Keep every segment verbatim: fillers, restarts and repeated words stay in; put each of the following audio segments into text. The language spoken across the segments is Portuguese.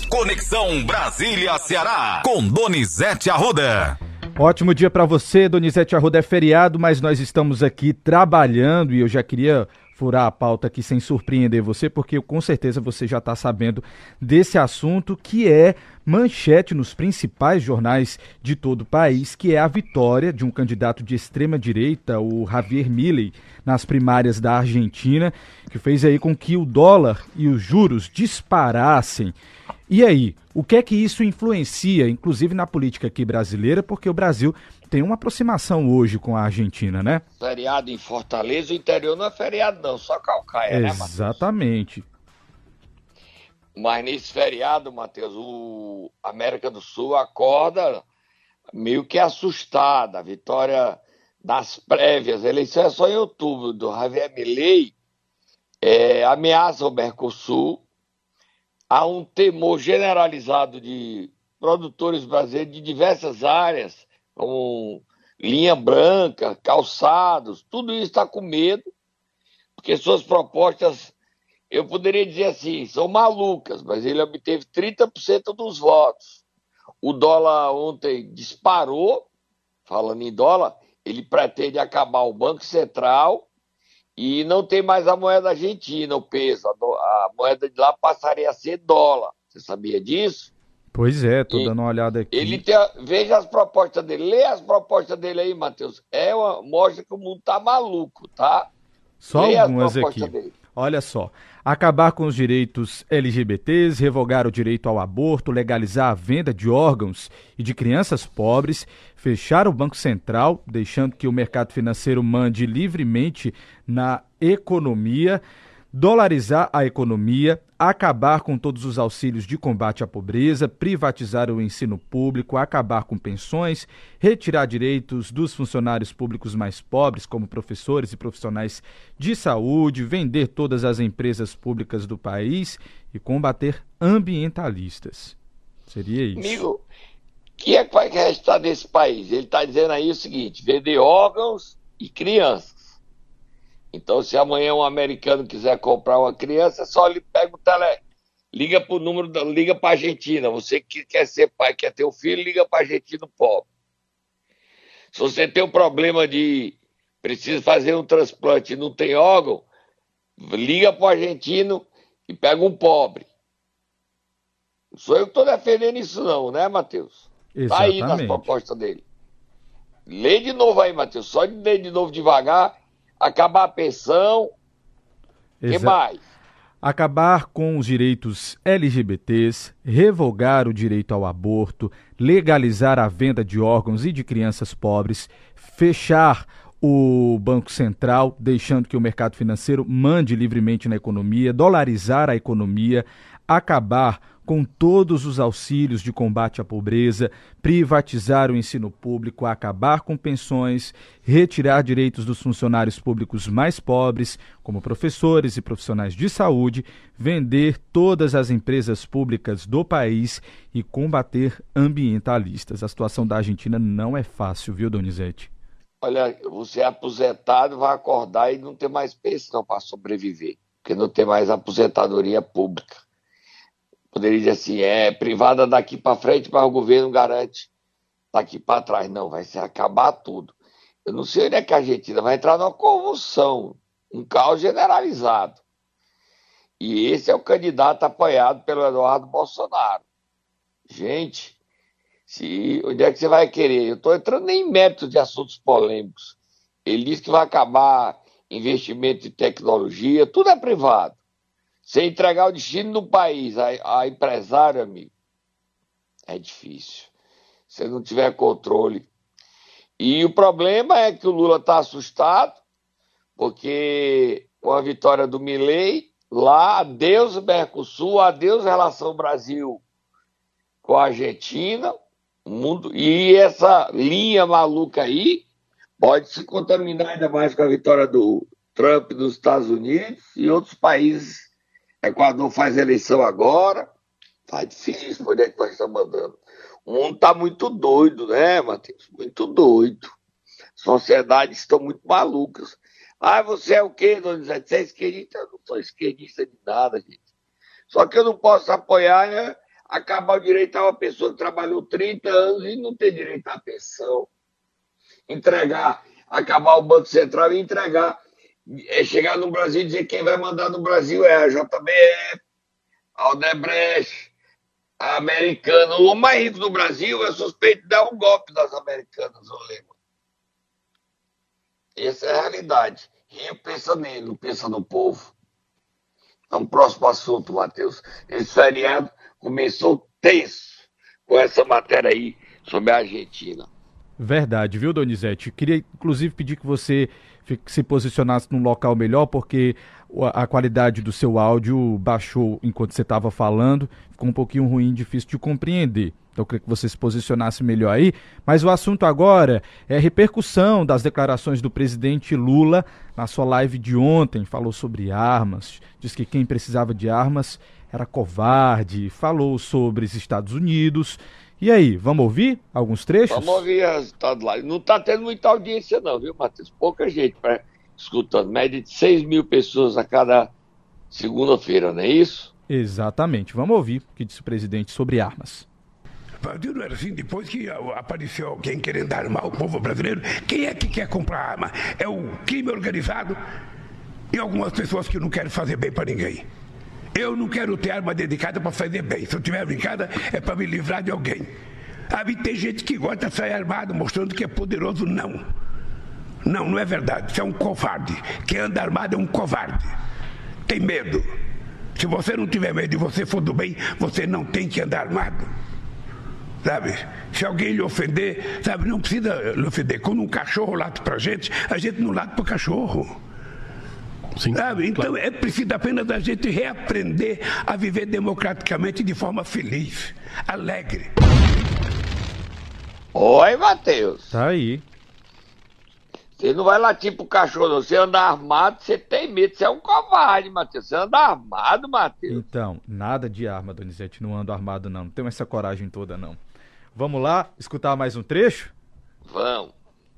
Conexão Brasília-Ceará, com Donizete Arruda. Ótimo dia para você, Donizete Arruda. É feriado, mas nós estamos aqui trabalhando e eu já queria furar a pauta aqui sem surpreender você, porque com certeza você já está sabendo desse assunto que é manchete nos principais jornais de todo o país, que é a vitória de um candidato de extrema-direita, o Javier Milei, nas primárias da Argentina, que fez aí com que o dólar e os juros disparassem. E aí, o que é que isso influencia, inclusive na política aqui brasileira, porque o Brasil tem uma aproximação hoje com a Argentina, né? Feriado em Fortaleza, o interior não é feriado não, só Calcaia, né, Matheus? Exatamente. Mas nesse feriado, Matheus, o América do Sul acorda meio que assustada. A vitória das prévias, a eleição é só em outubro, do Javier Milei, é, ameaça o Mercosul. Há um temor generalizado de produtores brasileiros de diversas áreas, como linha branca, calçados, tudo isso está com medo, porque suas propostas, eu poderia dizer assim, são malucas, mas ele obteve trinta por cento dos votos. O dólar ontem disparou, falando em dólar, ele pretende acabar o Banco Central e não tem mais a moeda argentina, o peso. A, do, a moeda de lá passaria a ser dólar. Você sabia disso? Pois é, tô E dando uma olhada aqui. Ele tem, veja as propostas dele. Lê as propostas dele aí, Matheus. É uma mostra que o mundo tá maluco, tá? Só Lê algumas as aqui. dele. Olha só, acabar com os direitos L G B Ts, revogar o direito ao aborto, legalizar a venda de órgãos e de crianças pobres, fechar o Banco Central, deixando que o mercado financeiro mande livremente na economia, dolarizar a economia, acabar com todos os auxílios de combate à pobreza, privatizar o ensino público, acabar com pensões, retirar direitos dos funcionários públicos mais pobres, como professores e profissionais de saúde, vender todas as empresas públicas do país e combater ambientalistas. Seria isso. Amigo, o que é que vai restar desse país? Ele está dizendo aí o seguinte, vender órgãos e crianças. Então, se amanhã um americano quiser comprar uma criança, só ele pega o tele, liga para o número, da, liga para a Argentina. Você que quer ser pai, quer ter um filho, liga para a Argentina pobre. Se você tem um problema de precisa fazer um transplante e não tem órgão, liga para o argentino e pega um pobre. Não sou eu que estou defendendo isso não, né, Matheus? Está aí nas propostas dele. Lê de novo aí, Matheus. Só de ler de novo devagar. Acabar a pensão, o que mais? Acabar com os direitos L G B Ts, revogar o direito ao aborto, legalizar a venda de órgãos e de crianças pobres, fechar o Banco Central, deixando que o mercado financeiro mande livremente na economia, dolarizar a economia, acabar com todos os auxílios de combate à pobreza, privatizar o ensino público, acabar com pensões, retirar direitos dos funcionários públicos mais pobres, como professores e profissionais de saúde, vender todas as empresas públicas do país e combater ambientalistas. A situação da Argentina não é fácil, viu, Donizete? Olha, você é aposentado, vai acordar e não ter mais pensão para sobreviver, porque não tem mais aposentadoria pública. Poderia dizer assim, é privada daqui para frente, mas o governo garante daqui para trás. Não, vai se acabar tudo. Eu não sei onde é que a Argentina vai entrar numa convulsão, um caos generalizado. E esse é o candidato apoiado pelo Eduardo Bolsonaro. Gente, se, onde é que você vai querer? Eu estou entrando em méritos de assuntos polêmicos. Ele disse que vai acabar investimento em tecnologia, tudo é privado. Você entregar o destino do país a, a empresário, amigo, é difícil. Se não tiver controle. E o problema é que o Lula está assustado, porque com a vitória do Milei, lá, adeus Mercosul, adeus relação Brasil com a Argentina, o mundo, e essa linha maluca aí pode se contaminar ainda mais com a vitória do Trump nos Estados Unidos e outros países. Equador faz eleição agora, tá difícil, onde é que nós estamos mandando? O mundo está muito doido, né, Matheus? Muito doido. Sociedades estão muito malucas. Ah, você é o quê, Donizete? Você é esquerdista? Eu não sou esquerdista de nada, gente. Só que eu não posso apoiar, né, acabar o direito a uma pessoa que trabalhou trinta anos e não tem direito à pensão. Entregar, acabar o Banco Central e entregar, é chegar no Brasil e dizer que quem vai mandar no Brasil é a J B F, a Odebrecht, a Americana. O homem mais rico do Brasil é suspeito de dar um golpe das Americanas, ô Lema. Essa é a realidade. Rio pensa nele, não pensa no povo. Então, próximo assunto, Matheus. Esse feriado começou tenso com essa matéria aí sobre a Argentina. Verdade, viu, Donizete? Queria, inclusive, pedir que você se posicionasse num local melhor, porque a qualidade do seu áudio baixou enquanto você estava falando, ficou um pouquinho ruim, difícil de compreender. Então, eu queria que você se posicionasse melhor aí. Mas o assunto agora é a repercussão das declarações do presidente Lula na sua live de ontem. Falou sobre armas, disse que quem precisava de armas era covarde, falou sobre os Estados Unidos. E aí, vamos ouvir alguns trechos? Vamos ouvir o resultado lá. Não está tendo muita audiência não, viu, Matheus? Pouca gente pra, escutando. Média de seis mil pessoas a cada segunda-feira, não é isso? Exatamente. Vamos ouvir o que disse o presidente sobre armas. Não era assim, depois que apareceu alguém querendo armar o povo brasileiro, quem é que quer comprar arma? É o crime organizado e algumas pessoas que não querem fazer bem para ninguém. Eu não quero ter arma dedicada para fazer bem. Se eu tiver brincada, é para me livrar de alguém. Ah, tem gente que gosta de sair armado, mostrando que é poderoso. Não. Não, não é verdade. Você é um covarde. Quem anda armado é um covarde. Tem medo. Se você não tiver medo e você for do bem, você não tem que andar armado. Sabe? Se alguém lhe ofender, sabe, não precisa lhe ofender. Quando um cachorro late pra gente, a gente não late pro cachorro. Sim, sabe? Então claro. É preciso apenas a gente reaprender a viver democraticamente de forma feliz, alegre. Oi, Matheus. Tá aí. Você não vai latir pro cachorro, não. Você anda armado, você tem medo. Você é um covarde, Matheus. Você anda armado, Matheus. Então, nada de arma, Donizete. Não ando armado, não. Não tenho essa coragem toda, não. Vamos lá, escutar mais um trecho? Vamos.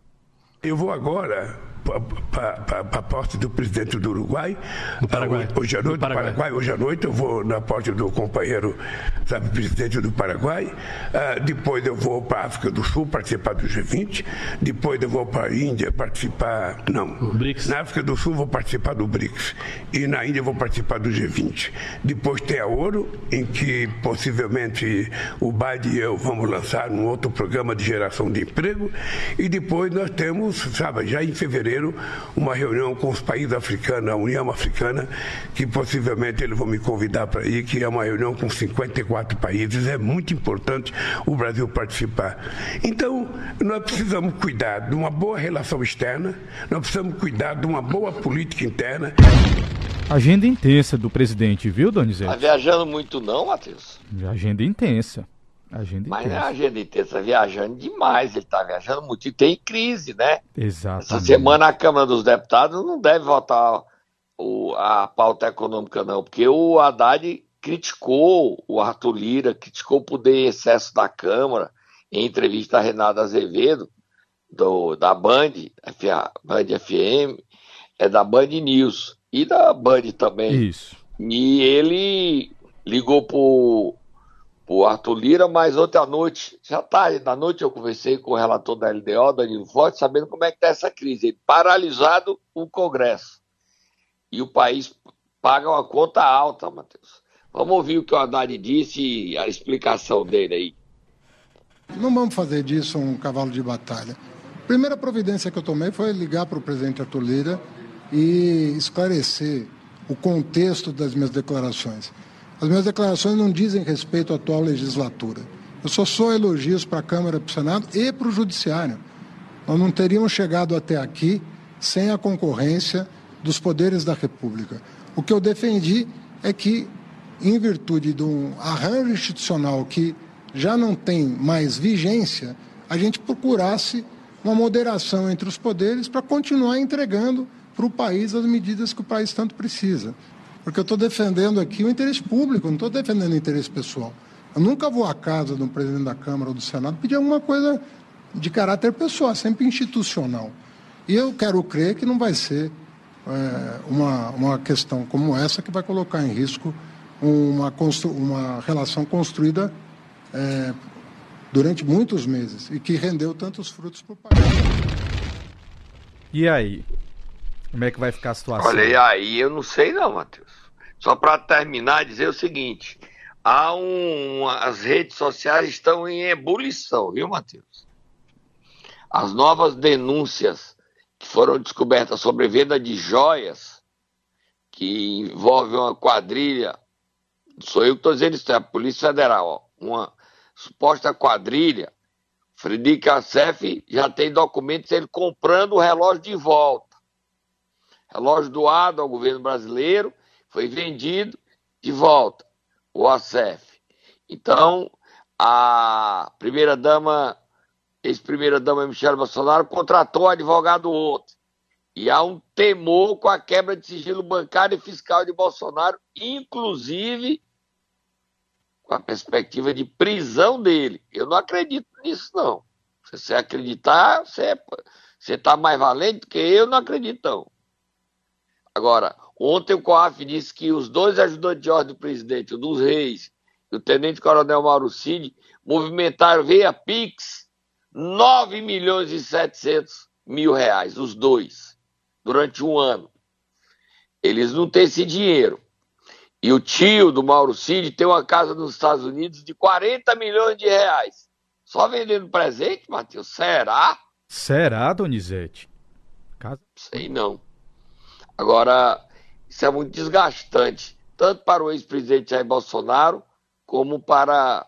Eu vou agora para a posse do presidente do Uruguai, do Paraguai. Hoje à noite, do Paraguai. Paraguai. Hoje à noite eu vou na posse do companheiro, sabe, presidente do Paraguai. Uh, depois eu vou para a África do Sul participar do G vinte. Depois eu vou para a Índia participar. Não, o BRICS. Na África do Sul vou participar do BRICS. E na Índia vou participar do G vinte. Depois tem a Ouro, em que possivelmente o Biden e eu vamos lançar um outro programa de geração de emprego. E depois nós temos, sabe, já em fevereiro, uma reunião com os países africanos, a União Africana, que possivelmente eles vão me convidar para ir, que é uma reunião com cinquenta e quatro países. É muito importante o Brasil participar. Então, nós precisamos cuidar de uma boa relação externa, nós precisamos cuidar de uma boa política interna. Agenda intensa do presidente, viu, Donizete? Tá viajando muito não, Matheus? Agenda intensa. Agenda Mas intensa. não é agenda intensa, tá viajando demais, ele tá viajando muito. E tem crise, né? Exatamente. Essa semana a Câmara dos Deputados não deve votar o, a pauta econômica, não, porque o Haddad criticou o Arthur Lira, criticou o poder em excesso da Câmara, em entrevista a Renata Azevedo, do, da Band, Band F M, é da Band News, e da Band também. Isso. E ele ligou pro o Arthur Lira, mas ontem à noite, já tarde da noite, eu conversei com o relator da L D O, Danilo Forte, sabendo como é que está essa crise. Ele paralisado o Congresso. E o país paga uma conta alta, Matheus. Vamos ouvir o que o Haddad disse e a explicação dele aí. Não vamos fazer disso um cavalo de batalha. A primeira providência que eu tomei foi ligar para o presidente Arthur Lira e esclarecer o contexto das minhas declarações. As minhas declarações não dizem respeito à atual legislatura. Eu só sou elogios para a Câmara, para o Senado e para o Judiciário. Nós não teríamos chegado até aqui sem a concorrência dos poderes da República. O que eu defendi é que, em virtude de um arranjo institucional que já não tem mais vigência, a gente procurasse uma moderação entre os poderes para continuar entregando para o país as medidas que o país tanto precisa. Porque eu estou defendendo aqui o interesse público, não estou defendendo o interesse pessoal. Eu nunca vou à casa do presidente da Câmara ou do Senado pedir alguma coisa de caráter pessoal, sempre institucional. E eu quero crer que não vai ser é, uma, uma questão como essa que vai colocar em risco uma, constru, uma relação construída é, durante muitos meses e que rendeu tantos frutos para o país. E aí? Como é que vai ficar a situação? Olha, e aí eu não sei não, Matheus. Só para terminar, dizer o seguinte, há um, as redes sociais estão em ebulição, viu, Matheus? As novas denúncias que foram descobertas sobre venda de joias, que envolve uma quadrilha, sou eu que estou dizendo isso, é a Polícia Federal, ó, uma suposta quadrilha, Friedrich Assef já tem documentos ele comprando o relógio de volta. Relógio doado ao governo brasileiro, foi vendido de volta, o Assef. Então, a primeira-dama, ex-primeira-dama Michele Bolsonaro contratou um advogado ontem. E há um temor com a quebra de sigilo bancário e fiscal de Bolsonaro, inclusive com a perspectiva de prisão dele. Eu não acredito nisso, não. Se você acreditar, você está mais valente do que eu, não acredito, não. Agora, ontem o COAF disse que os dois ajudantes de ordem do presidente, o dos Reis e o tenente-coronel Mauro Cid, movimentaram via Pix nove milhões e setecentos mil reais, os dois, durante um ano. Eles não têm esse dinheiro. E o tio do Mauro Cid tem uma casa nos Estados Unidos de quarenta milhões de reais. Só vendendo presente, Matheus? Será? Será, Donizete? Casa... Sei não. Agora, isso é muito desgastante, tanto para o ex-presidente Jair Bolsonaro, como para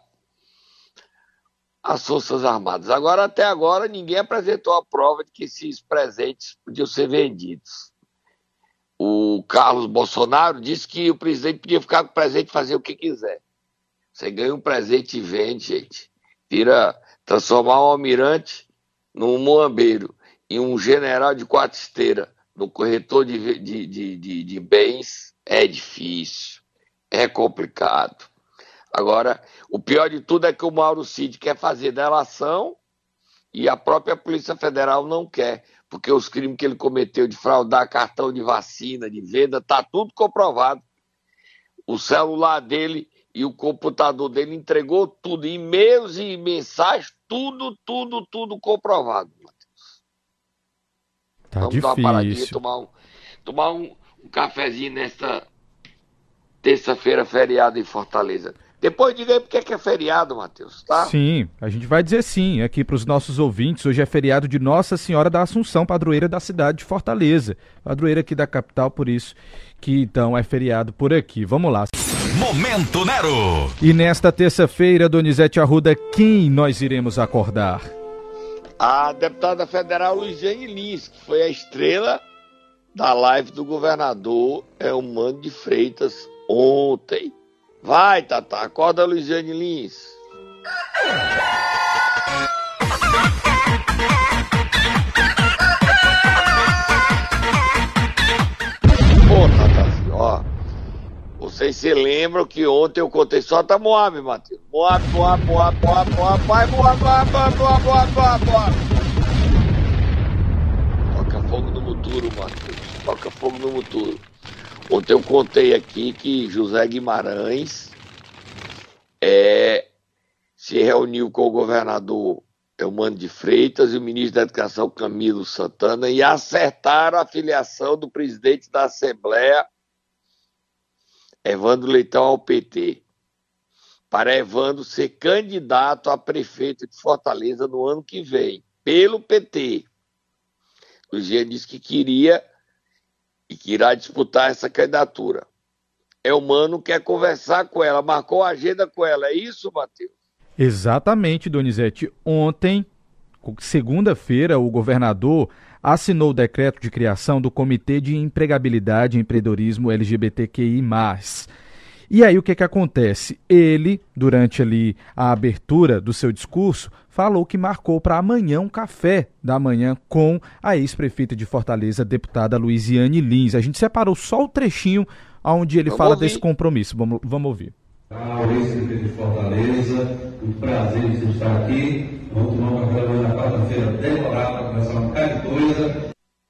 as Forças Armadas. Agora, até agora, ninguém apresentou a prova de que esses presentes podiam ser vendidos. O Carlos Bolsonaro disse que o presidente podia ficar com o presente e fazer o que quiser. Você ganha um presente e vende, gente. Vira, transformar um almirante num moambeiro e um general de quatro esteiras no corretor de, de, de, de, de bens é difícil, é complicado. Agora, o pior de tudo é que o Mauro Cid quer fazer delação e a própria Polícia Federal não quer, porque os crimes que ele cometeu de fraudar cartão de vacina, de venda, tá tudo comprovado. O celular dele e o computador dele entregou tudo, e-mails e mensagens, tudo, tudo, tudo comprovado, Matheus. Tá Vamos difícil. dar uma paradinha, tomar um, tomar um, um cafezinho nesta terça-feira, feriado em Fortaleza. Depois diga aí porque é que é feriado, Matheus, tá? Sim, a gente vai dizer sim aqui para os nossos ouvintes. Hoje é feriado de Nossa Senhora da Assunção, padroeira da cidade de Fortaleza. Padroeira aqui da capital, por isso que então é feriado por aqui. Vamos lá. Momento Nero. E nesta terça-feira, Donizete Arruda, quem nós iremos acordar? A deputada federal Luiziane Lins, que foi a estrela da live do governador Eumano de Freitas ontem. Vai, Tata, acorda, Luiziane Lins. Pô, Tatazinho, ó. Vocês se lembram que ontem eu contei só tá Moab, Matheus. Moab, Moab, Moab, Moab, Moab, vai, Moab, Moab, Moab, Moab, Moab, Moab, Moab. Toca fogo no muturo, Matheus. Toca fogo no muturo. Ontem eu contei aqui que José Guimarães é, se reuniu com o governador Eumano de Freitas e o ministro da Educação Camilo Santana e acertaram a filiação do presidente da Assembleia, Evandro Leitão, ao P T, para Evandro ser candidato a prefeito de Fortaleza no ano que vem, pelo P T. O Gia disse que queria e que irá disputar essa candidatura. Eumano quer conversar com ela, marcou a agenda com ela, é isso, Matheus? Exatamente, Donizete. Ontem, segunda-feira, o governador assinou o decreto de criação do Comitê de Empregabilidade e Empreendedorismo L G B T Q I mais. E aí o que que acontece? Ele, durante ali a abertura do seu discurso, falou que marcou para amanhã um café da manhã com a ex-prefeita de Fortaleza, deputada Luiziane Lins. A gente separou só o trechinho onde ele vamos fala ouvir. Desse compromisso. Vamos, vamos ouvir. Ah, ex-prefeito de Fortaleza, muito prazer em estar aqui. Vamos tomar uma café na quarta-feira decorada para começar um bocado de coisa.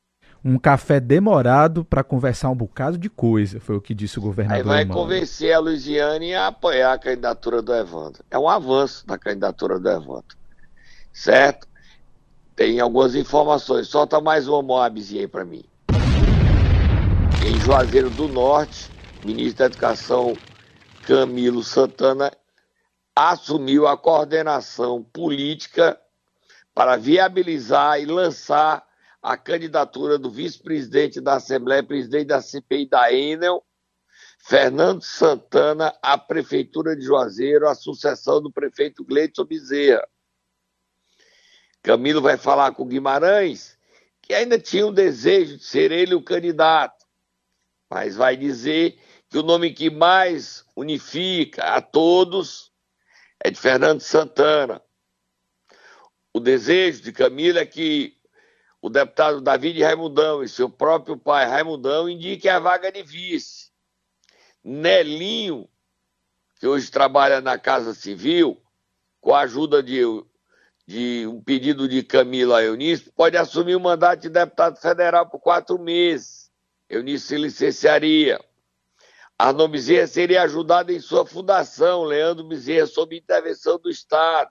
um café demorado para conversar um bocado de coisa, foi o que disse o governador. Aí vai Mauro. convencer a Luiziane a apoiar a candidatura do Evandro. É um avanço da candidatura do Evandro. Certo? Tem algumas informações. Solta mais uma Moabzinha aí para mim. Em Juazeiro do Norte, o ministro da Educação, Camilo Santana, assumiu a coordenação política para viabilizar e lançar a candidatura do vice-presidente da Assembleia, presidente da C P I da Enel, Fernando Santana, à Prefeitura de Juazeiro, a sucessão do prefeito Gleidson Bezerra. Camilo vai falar com Guimarães, que ainda tinha o desejo de ser ele o candidato, mas vai dizer que o nome que mais unifica a todos é de Fernando Santana. O desejo de Camilo é que o deputado David Raimundão e seu próprio pai Raimundão indiquem a vaga de vice. Nelinho, que hoje trabalha na Casa Civil, com a ajuda de, de um pedido de Camilo a Eunice, pode assumir o mandato de deputado federal por quatro meses. Eunice se licenciaria. Arnon Bezerra seria ajudado em sua fundação, Leandro Bezerra, sob intervenção do Estado.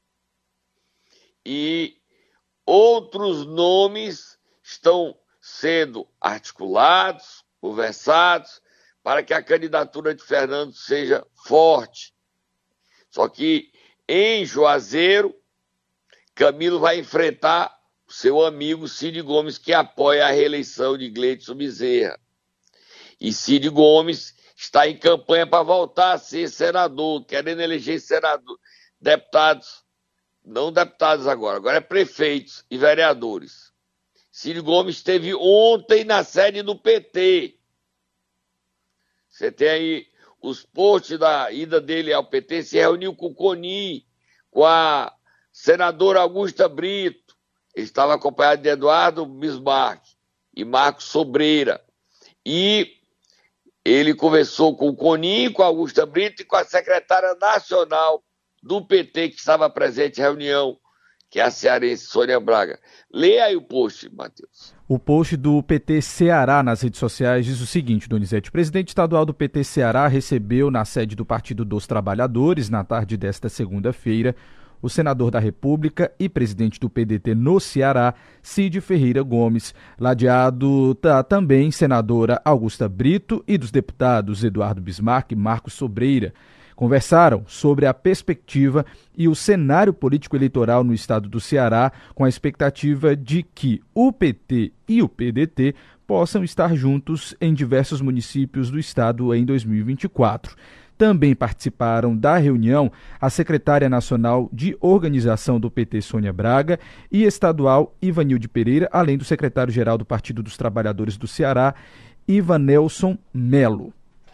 E outros nomes estão sendo articulados, conversados, para que a candidatura de Fernando seja forte. Só que em Juazeiro, Camilo vai enfrentar o seu amigo Cid Gomes, que apoia a reeleição de Gleidson Bezerra. E Cid Gomes está em campanha para voltar a ser senador, querendo eleger senador, deputados, não deputados agora, agora é prefeitos e vereadores. Cid Gomes esteve ontem na sede do P T. Você tem aí os posts da ida dele ao P T, se reuniu com o Coni, com a senadora Augusta Brito, ele estava acompanhado de Eduardo Bismarck e Marcos Sobreira. E ele conversou com o Coni, com a Augusta Brito e com a secretária nacional do P T, que estava presente na reunião, que é a cearense Sônia Braga. Leia aí o post, Matheus. O post do P T Ceará nas redes sociais diz o seguinte, Donizete: o presidente estadual do P T Ceará recebeu na sede do Partido dos Trabalhadores, na tarde desta segunda-feira, o senador da República e presidente do P D T no Ceará, Cid Ferreira Gomes, ladeado tá, também senadora Augusta Brito e dos deputados Eduardo Bismarck e Marcos Sobreira. Conversaram sobre a perspectiva e o cenário político-eleitoral no estado do Ceará, com a expectativa de que o P T e o P D T possam estar juntos em diversos municípios do estado em dois mil e vinte e quatro. Também participaram da reunião a secretária nacional de organização do P T, Sônia Braga, e estadual Ivanilde Pereira, além do secretário-geral do Partido dos Trabalhadores do Ceará, Ivanelson Melo.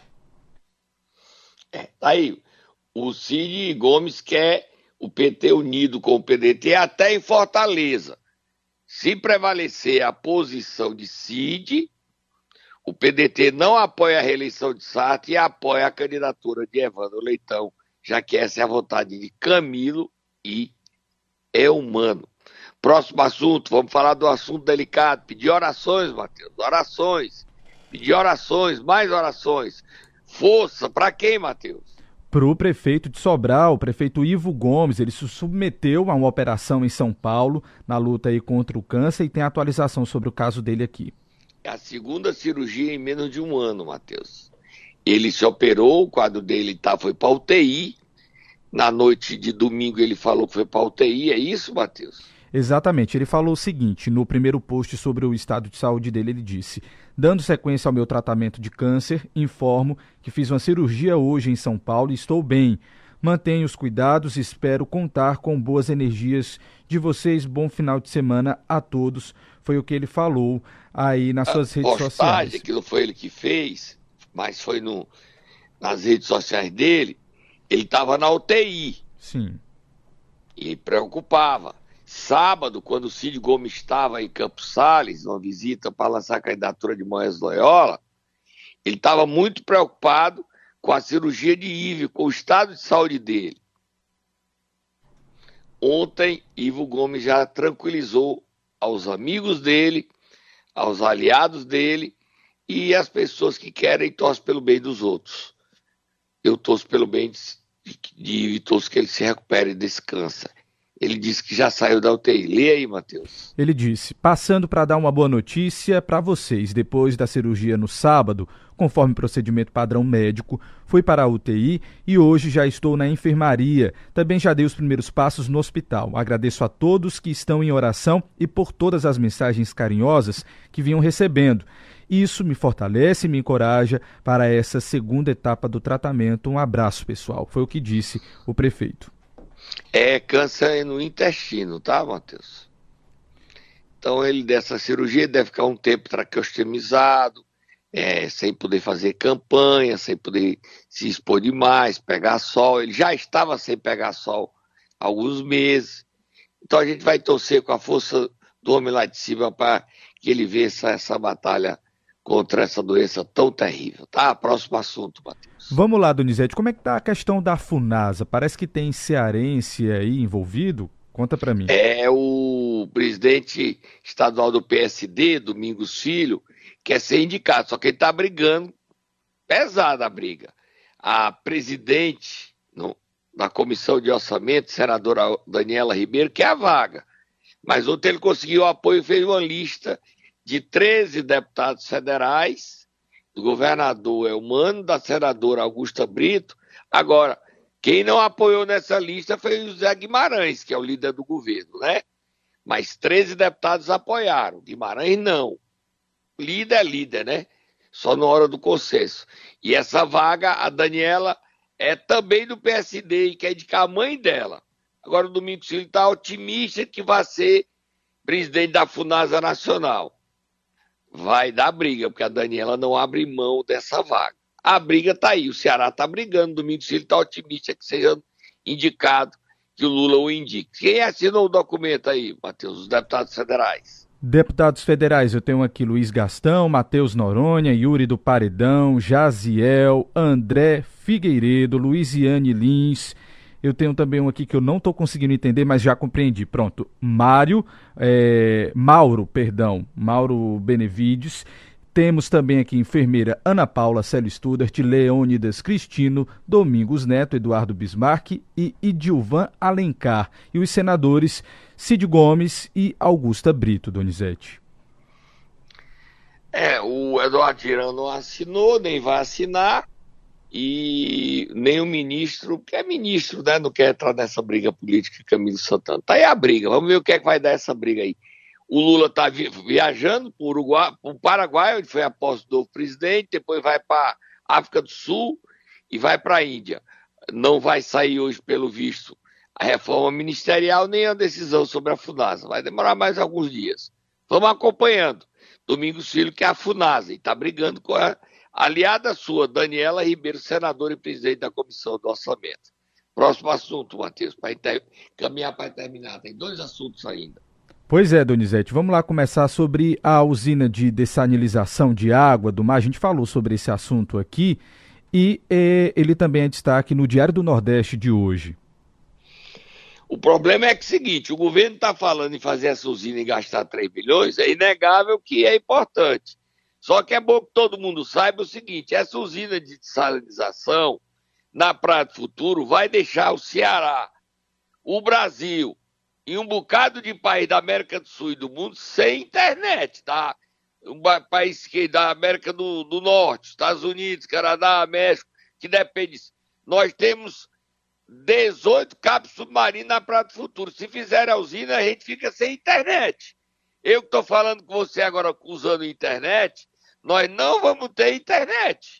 É, aí, o Cid Gomes quer o P T unido com o P D T até em Fortaleza. Se prevalecer a posição de Cid, o P D T não apoia a reeleição de Sarto e apoia a candidatura de Evandro Leitão, já que essa é a vontade de Camilo e é humano. Próximo assunto, vamos falar do assunto delicado. Pedir orações, Matheus, orações. Pedir orações, mais orações. Força, para quem, Matheus? Para o prefeito de Sobral, o prefeito Ivo Gomes, ele se submeteu a uma operação em São Paulo, na luta aí contra o câncer, e tem atualização sobre o caso dele aqui. É a segunda cirurgia em menos de um ano, Matheus. Ele se operou, o quadro dele tá, foi para U T I. Na noite de domingo ele falou que foi para U T I, é isso, Matheus? Exatamente, ele falou o seguinte, no primeiro post sobre o estado de saúde dele, ele disse: dando sequência ao meu tratamento de câncer, informo que fiz uma cirurgia hoje em São Paulo e estou bem. Mantenho os cuidados e espero contar com boas energias de vocês. Bom final de semana a todos. Foi o que ele falou aí nas suas a redes postagem, sociais. Que não foi ele que fez, mas foi no, nas redes sociais dele, ele estava na U T I. Sim. E preocupava. Sábado, quando o Cid Gomes estava em Campos Sales, numa visita para lançar a candidatura de Moisés Loyola, ele estava muito preocupado com a cirurgia de Ivo, com o estado de saúde dele. Ontem, Ivo Gomes já tranquilizou aos amigos dele, aos aliados dele e às pessoas que querem e torcem pelo bem dos outros. Eu torço pelo bem de, de, de torço que ele se recupere e descansa. Ele disse que já saiu da U T I. Lê aí, Matheus. Ele disse, passando para dar uma boa notícia para vocês, depois da cirurgia no sábado, conforme procedimento padrão médico, fui para a U T I e hoje já estou na enfermaria. Também já dei os primeiros passos no hospital. Agradeço a todos que estão em oração e por todas as mensagens carinhosas que vinham recebendo. Isso me fortalece e me encoraja para essa segunda etapa do tratamento. Um abraço, pessoal. Foi o que disse o prefeito. É câncer no intestino, tá, Matheus? Então ele dessa cirurgia deve ficar um tempo traqueostomizado, é, sem poder fazer campanha, sem poder se expor demais, pegar sol. Ele já estava sem pegar sol há alguns meses. Então a gente vai torcer com a força do homem lá de cima para que ele vença essa batalha contra essa doença tão terrível, tá? Próximo assunto, Matheus. Vamos lá, Donizete, como é que tá a questão da Funasa? Parece que tem cearense aí envolvido? Conta pra mim. É o presidente estadual do P S D, Domingos Filho, quer ser indicado, só que ele tá brigando, pesada a briga. A presidente no, da Comissão de Orçamento, senadora Daniela Ribeiro, quer a vaga. Mas ontem ele conseguiu o apoio e fez uma lista de treze deputados federais, do governador Elmano, da senadora Augusta Brito. Agora, quem não apoiou nessa lista foi o José Guimarães, que é o líder do governo, né? Mas treze deputados apoiaram, Guimarães não. Líder é líder, né? Só na hora do consenso. E essa vaga, a Daniela, é também do P S D e quer indicar a mãe dela. Agora o Domingos Filho está otimista que vai ser presidente da Funasa Nacional. Vai dar briga, porque a Daniela não abre mão dessa vaga. A briga está aí, o Ceará está brigando, o Domingos Filho está otimista que seja indicado, que o Lula o indique. Quem assinou o documento aí, Matheus? Os deputados federais. Deputados federais, eu tenho aqui Luiz Gastão, Matheus Noronha, Yuri do Paredão, Jaziel, André Figueiredo, Luiziane Lins. Eu tenho também um aqui que eu não estou conseguindo entender, mas já compreendi. Pronto, Mário, é, Mauro, perdão, Mauro Benevides. Temos também aqui enfermeira Ana Paula Célio Studart, Leônidas Cristino, Domingos Neto, Eduardo Bismarck e Idilvan Alencar. E os senadores Cid Gomes e Augusta Brito, Donizete. É, o Eduardo Girão não assinou, nem vai assinar. E nem o ministro, que é ministro, né, não quer entrar nessa briga política, Camilo Santana. Tá aí a briga, vamos ver o que é que vai dar essa briga aí. O Lula tá vi viajando para o Paraguai, onde foi a posse do novo presidente, depois vai para África do Sul e vai para a Índia. Não vai sair hoje, pelo visto, a reforma ministerial, nem a decisão sobre a Funasa. Vai demorar mais alguns dias. Vamos acompanhando. Domingos Filho, que é a Funasa, e está brigando com a aliada sua, Daniela Ribeiro, senadora e presidente da Comissão do Orçamento. Próximo assunto, Matheus, para caminhar para terminar. Tem dois assuntos ainda. Pois é, Donizete, vamos lá começar sobre a usina de dessalinização de água do mar. A gente falou sobre esse assunto aqui e eh, ele também é destaque no Diário do Nordeste de hoje. O problema é que é o seguinte, o governo está falando em fazer essa usina e gastar três bilhões, é inegável que é importante. Só que é bom que todo mundo saiba o seguinte, essa usina de dessalinização na Praia do Futuro vai deixar o Ceará, o Brasil e um bocado de país da América do Sul e do mundo sem internet, tá? Um país que, da América do, do Norte, Estados Unidos, Canadá, México, que depende disso. Nós temos dezoito cabos submarinos na Praia do Futuro. Se fizer a usina, a gente fica sem internet. Eu que estou falando com você agora usando a internet, nós não vamos ter internet.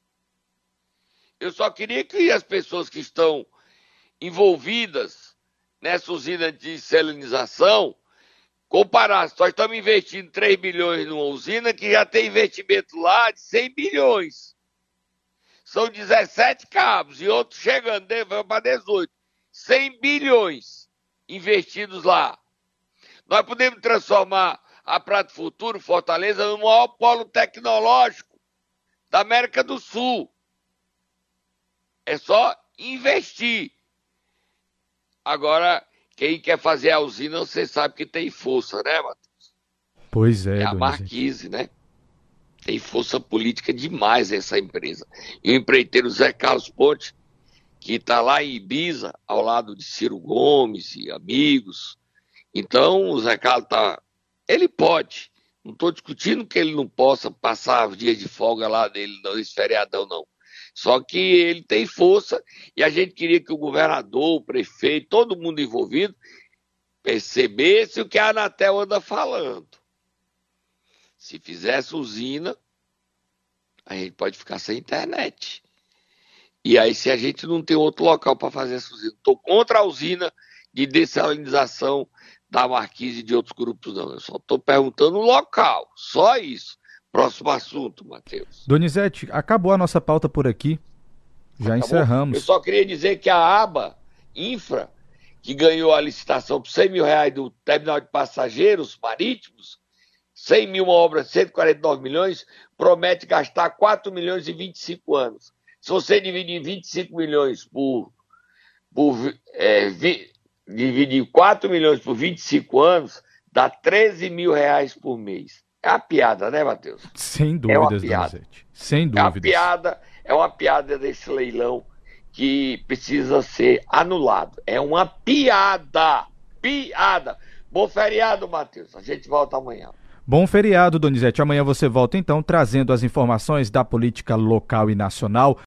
Eu só queria que as pessoas que estão envolvidas nessa usina de salinização comparassem. Nós estamos investindo três bilhões numa usina que já tem investimento lá de cem bilhões. São dezessete cabos e outros chegando, para dezoito. cem bilhões investidos lá. Nós podemos transformar a Praia do Futuro, Fortaleza, no maior polo tecnológico da América do Sul. É só investir. Agora, quem quer fazer a usina, você sabe que tem força, né, Matheus? Pois é, É a Donizete. Marquise, né? Tem força política demais essa empresa. E o empreiteiro Zé Carlos Ponte, que está lá em Ibiza, ao lado de Ciro Gomes e amigos. Então, o Zé Carlos tá... Ele pode. Não estou discutindo que ele não possa passar os dias de folga lá dele, nesse feriadão, não. Só que ele tem força e a gente queria que o governador, o prefeito, todo mundo envolvido, percebesse o que a Anatel anda falando. Se fizesse usina, a gente pode ficar sem internet. E aí, se a gente não tem outro local para fazer essa usina, estou contra a usina de dessalinização da Marquise e de outros grupos, não. Eu só estou perguntando o local, só isso. Próximo assunto, Matheus. Donizete, acabou a nossa pauta por aqui. Já acabou. Encerramos. Eu só queria dizer que a aba Infra, que ganhou a licitação por cem mil reais do terminal de passageiros marítimos, cem mil uma obra de cento e quarenta e nove milhões, promete gastar quatro milhões e vinte e cinco anos. Se você dividir vinte e cinco milhões por... por é, vi, dividir quatro milhões por vinte e cinco anos, dá treze mil reais por mês. É uma piada, né, Matheus? Sem dúvidas, é Donizete. Sem dúvidas. É uma piada, é uma piada desse leilão que precisa ser anulado. É uma piada. Piada. Bom feriado, Matheus. A gente volta amanhã. Bom feriado, Donizete. Amanhã você volta, então, trazendo as informações da política local e nacional.